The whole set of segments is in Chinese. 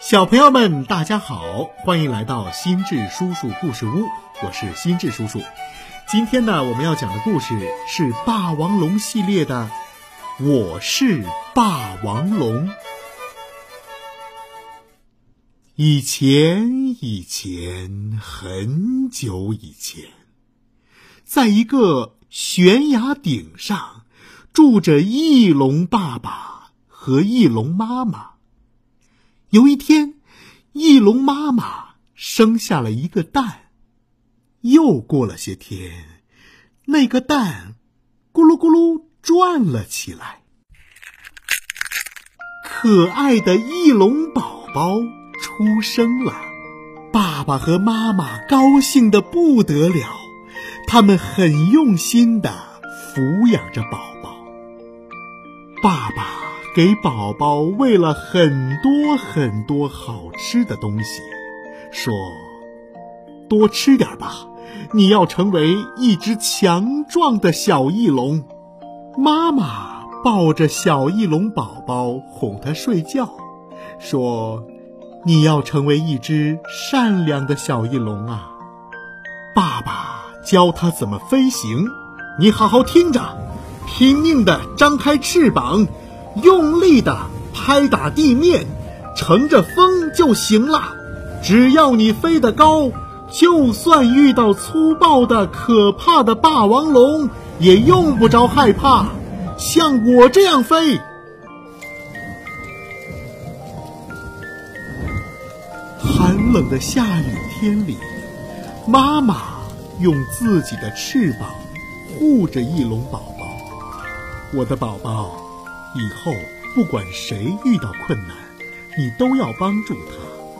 小朋友们大家好，欢迎来到心智叔叔故事屋，我是心智叔叔。今天呢，我们要讲的故事是霸王龙系列的我是霸王龙。以前很久以前，在一个悬崖顶上住着翼龙爸爸和翼龙妈妈。有一天，翼龙妈妈生下了一个蛋。又过了些天，那个蛋咕噜咕噜转了起来。可爱的翼龙宝宝出生了，爸爸和妈妈高兴得不得了，他们很用心地抚养着宝宝。爸爸给宝宝喂了很多很多好吃的东西，说：多吃点吧，你要成为一只强壮的小翼龙。妈妈抱着小翼龙宝宝哄他睡觉，说：你要成为一只善良的小翼龙啊。爸爸教他怎么飞行，你好好听着，拼命地张开翅膀，用力地拍打地面，乘着风就行了。只要你飞得高，就算遇到粗暴的可怕的霸王龙，也用不着害怕，像我这样飞。寒冷的下雨天里，妈妈用自己的翅膀护着翼龙宝宝。我的宝宝，以后不管谁遇到困难，你都要帮助他。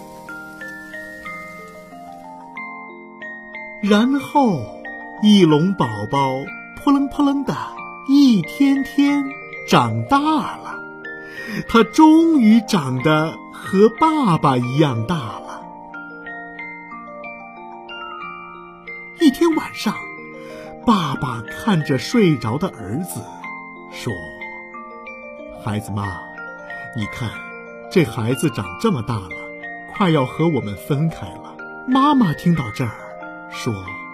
然后翼龙宝宝扑棱扑棱的一天天长大了，他终于长得和爸爸一样大了。一天晚上，爸爸看着睡着的儿子说：孩子妈，你看这孩子长这么大了，快要和我们分开了。妈妈听到这儿说：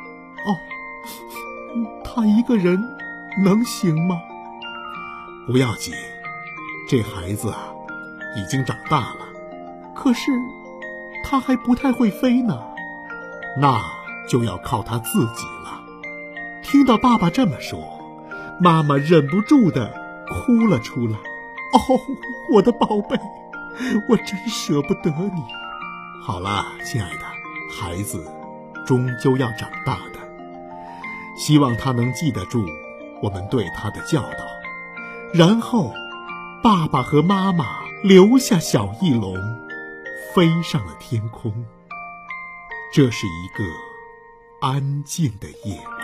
他一个人能行吗？不要紧，这孩子已经长大了，可是他还不太会飞呢，那就要靠他自己了。听到爸爸这么说，妈妈忍不住地哭了出来。我的宝贝，我真舍不得你。好了，亲爱的，孩子终究要长大的，希望他能记得住我们对他的教导。然后爸爸和妈妈留下小翼龙飞上了天空。这是一个安静的夜晚。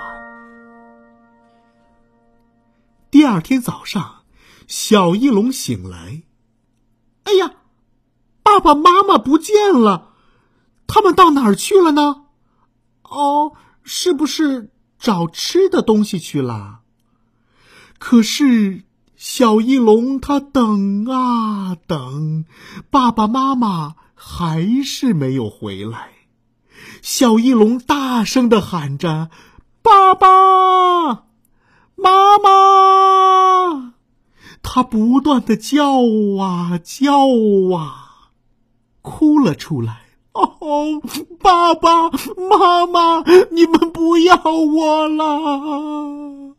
第二天早上，小翼龙醒来，哎呀，爸爸妈妈不见了，他们到哪儿去了呢？是不是找吃的东西去了？可是小翼龙他等啊等，爸爸妈妈还是没有回来。小翼龙大声地喊着：爸爸妈妈！他不断地叫啊叫啊，哭了出来。爸爸妈妈，你们不要我了！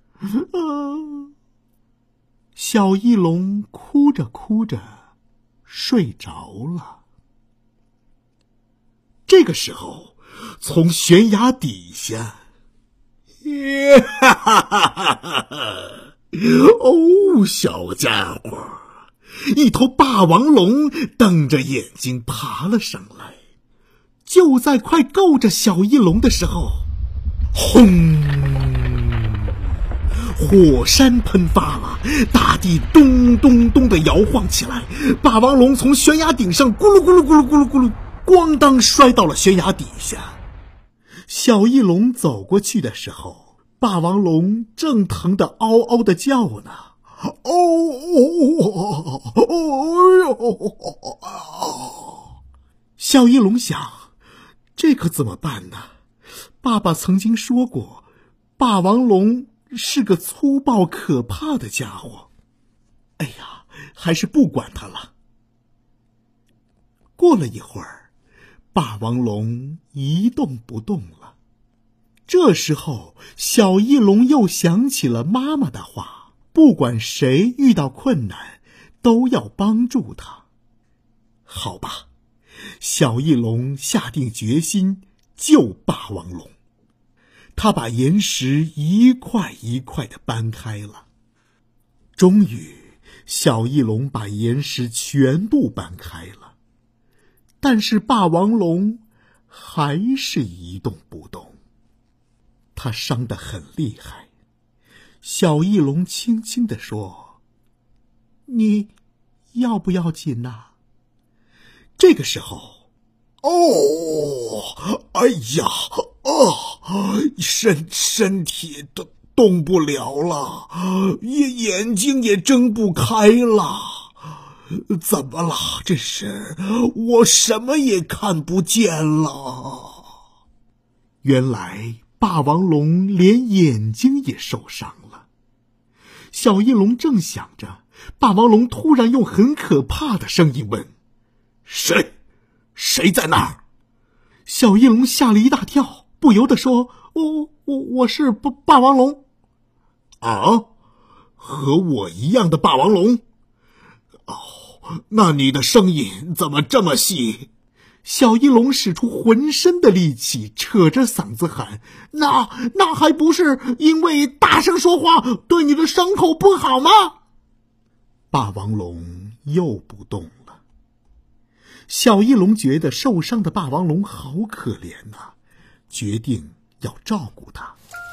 小翼龙哭着哭着睡着了。这个时候，从悬崖底下，小家伙，一头霸王龙瞪着眼睛爬了上来。就在快够着小翼龙的时候，轰！火山喷发了，大地咚咚咚地摇晃起来，霸王龙从悬崖顶上咕噜咕噜咕噜咕噜咕噜，咣当摔到了悬崖底下。小翼龙走过去的时候，霸王龙正疼得嗷嗷地叫呢。 小翼龙想，这可怎么办呢？爸爸曾经说过，霸王龙是个粗暴可怕的家伙。哎呀，还是不管他了。过了一会儿，霸王龙一动不动了。这时候，小翼龙又想起了妈妈的话，不管谁遇到困难，都要帮助他。好吧，小翼龙下定决心救霸王龙。他把岩石一块一块地搬开了。终于，小翼龙把岩石全部搬开了。但是霸王龙还是一动不动。他伤得很厉害。小翼龙轻轻地说：“你要不要紧呐？”这个时候，哎呀，身体都动不了了，眼睛也睁不开了。怎么了？这是我什么也看不见了。原来霸王龙连眼睛也受伤了。小翼龙正想着，霸王龙突然用很可怕的声音问：“谁在那儿？”小翼龙吓了一大跳，不由得说：“我是霸王龙。”啊，和我一样的霸王龙？那你的声音怎么这么细？小翼龙使出浑身的力气，扯着嗓子喊：“那还不是因为大声说话对你的伤口不好吗？”霸王龙又不动了。小翼龙觉得受伤的霸王龙好可怜啊，决定要照顾它。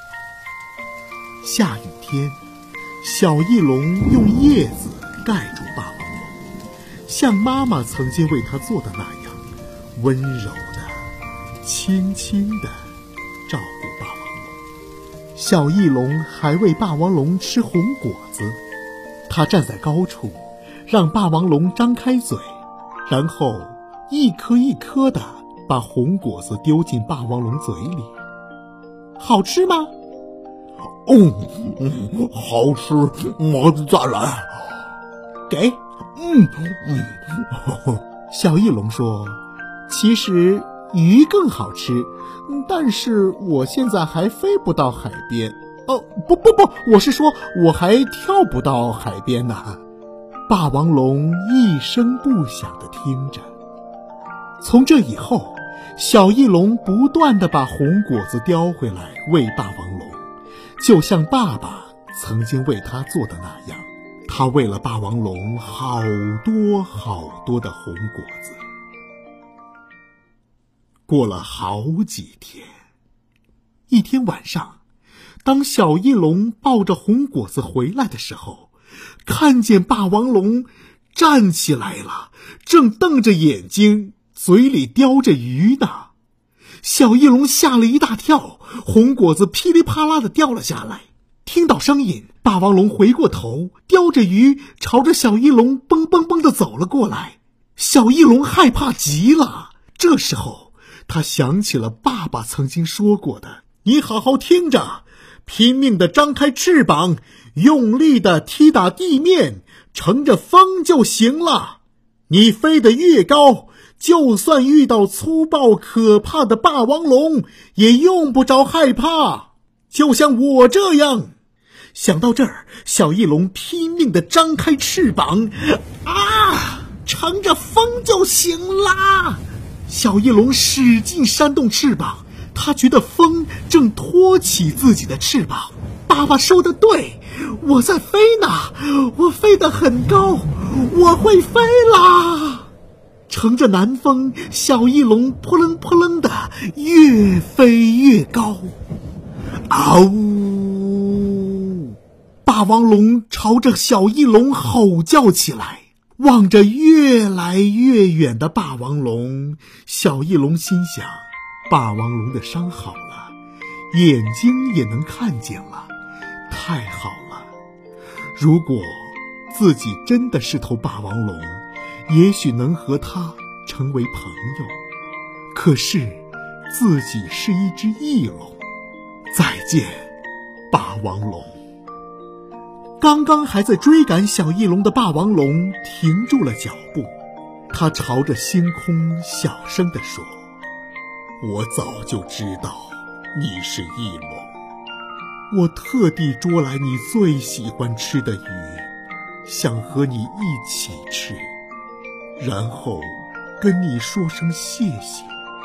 下雨天，小翼龙用叶子盖住霸王龙，像妈妈曾经为他做的那样，温柔的、轻轻的照顾霸王龙。小翼龙还喂霸王龙吃红果子。他站在高处，让霸王龙张开嘴，然后一颗一颗的把红果子丢进霸王龙嘴里。好吃吗？好吃，再来。给。小翼龙说：“其实鱼更好吃，但是我现在还飞不到海边。不，我是说我还跳不到海边呢。”霸王龙一声不响地听着。从这以后，小翼龙不断地把红果子叼回来喂霸王龙，就像爸爸曾经为他做的那样，他喂了霸王龙好多好多的红果子。过了好几天，一天晚上，当小翼龙抱着红果子回来的时候，看见霸王龙站起来了，正瞪着眼睛，嘴里叼着鱼呢。小翼龙吓了一大跳，红果子噼里啪啦地掉了下来。听到声音，霸王龙回过头，叼着鱼朝着小翼龙蹦蹦蹦地走了过来。小翼龙害怕极了。这时候他想起了爸爸曾经说过的：“你好好听着，拼命地张开翅膀，用力地踢打地面，乘着风就行了。你飞得越高，就算遇到粗暴可怕的霸王龙，也用不着害怕，就像我这样。”想到这儿，小翼龙拼命地张开翅膀，乘着风就行啦。小翼龙使劲扇动翅膀，他觉得风正托起自己的翅膀。爸爸说的对，我在飞呢，我飞得很高，我会飞啦。乘着南风，小翼龙扑棱扑棱的越飞越高。霸王龙朝着小翼龙吼叫起来。望着越来越远的霸王龙，小翼龙心想，霸王龙的伤好了，眼睛也能看见了，太好了。如果自己真的是头霸王龙，也许能和它成为朋友，可是自己是一只翼龙。再见，霸王龙。刚刚还在追赶小翼龙的霸王龙停住了脚步，他朝着星空小声地说：我早就知道你是翼龙，我特地捉来你最喜欢吃的鱼，想和你一起吃，然后跟你说声谢谢。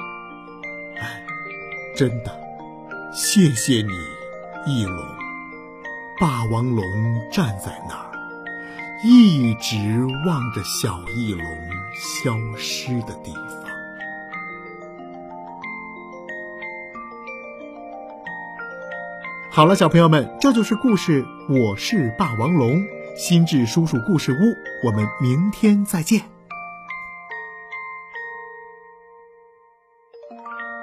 真的，谢谢你，翼龙。霸王龙站在那儿，一直望着小翼龙消失的地方。好了，小朋友们，这就是故事我是霸王龙，心智叔叔故事屋，我们明天再见。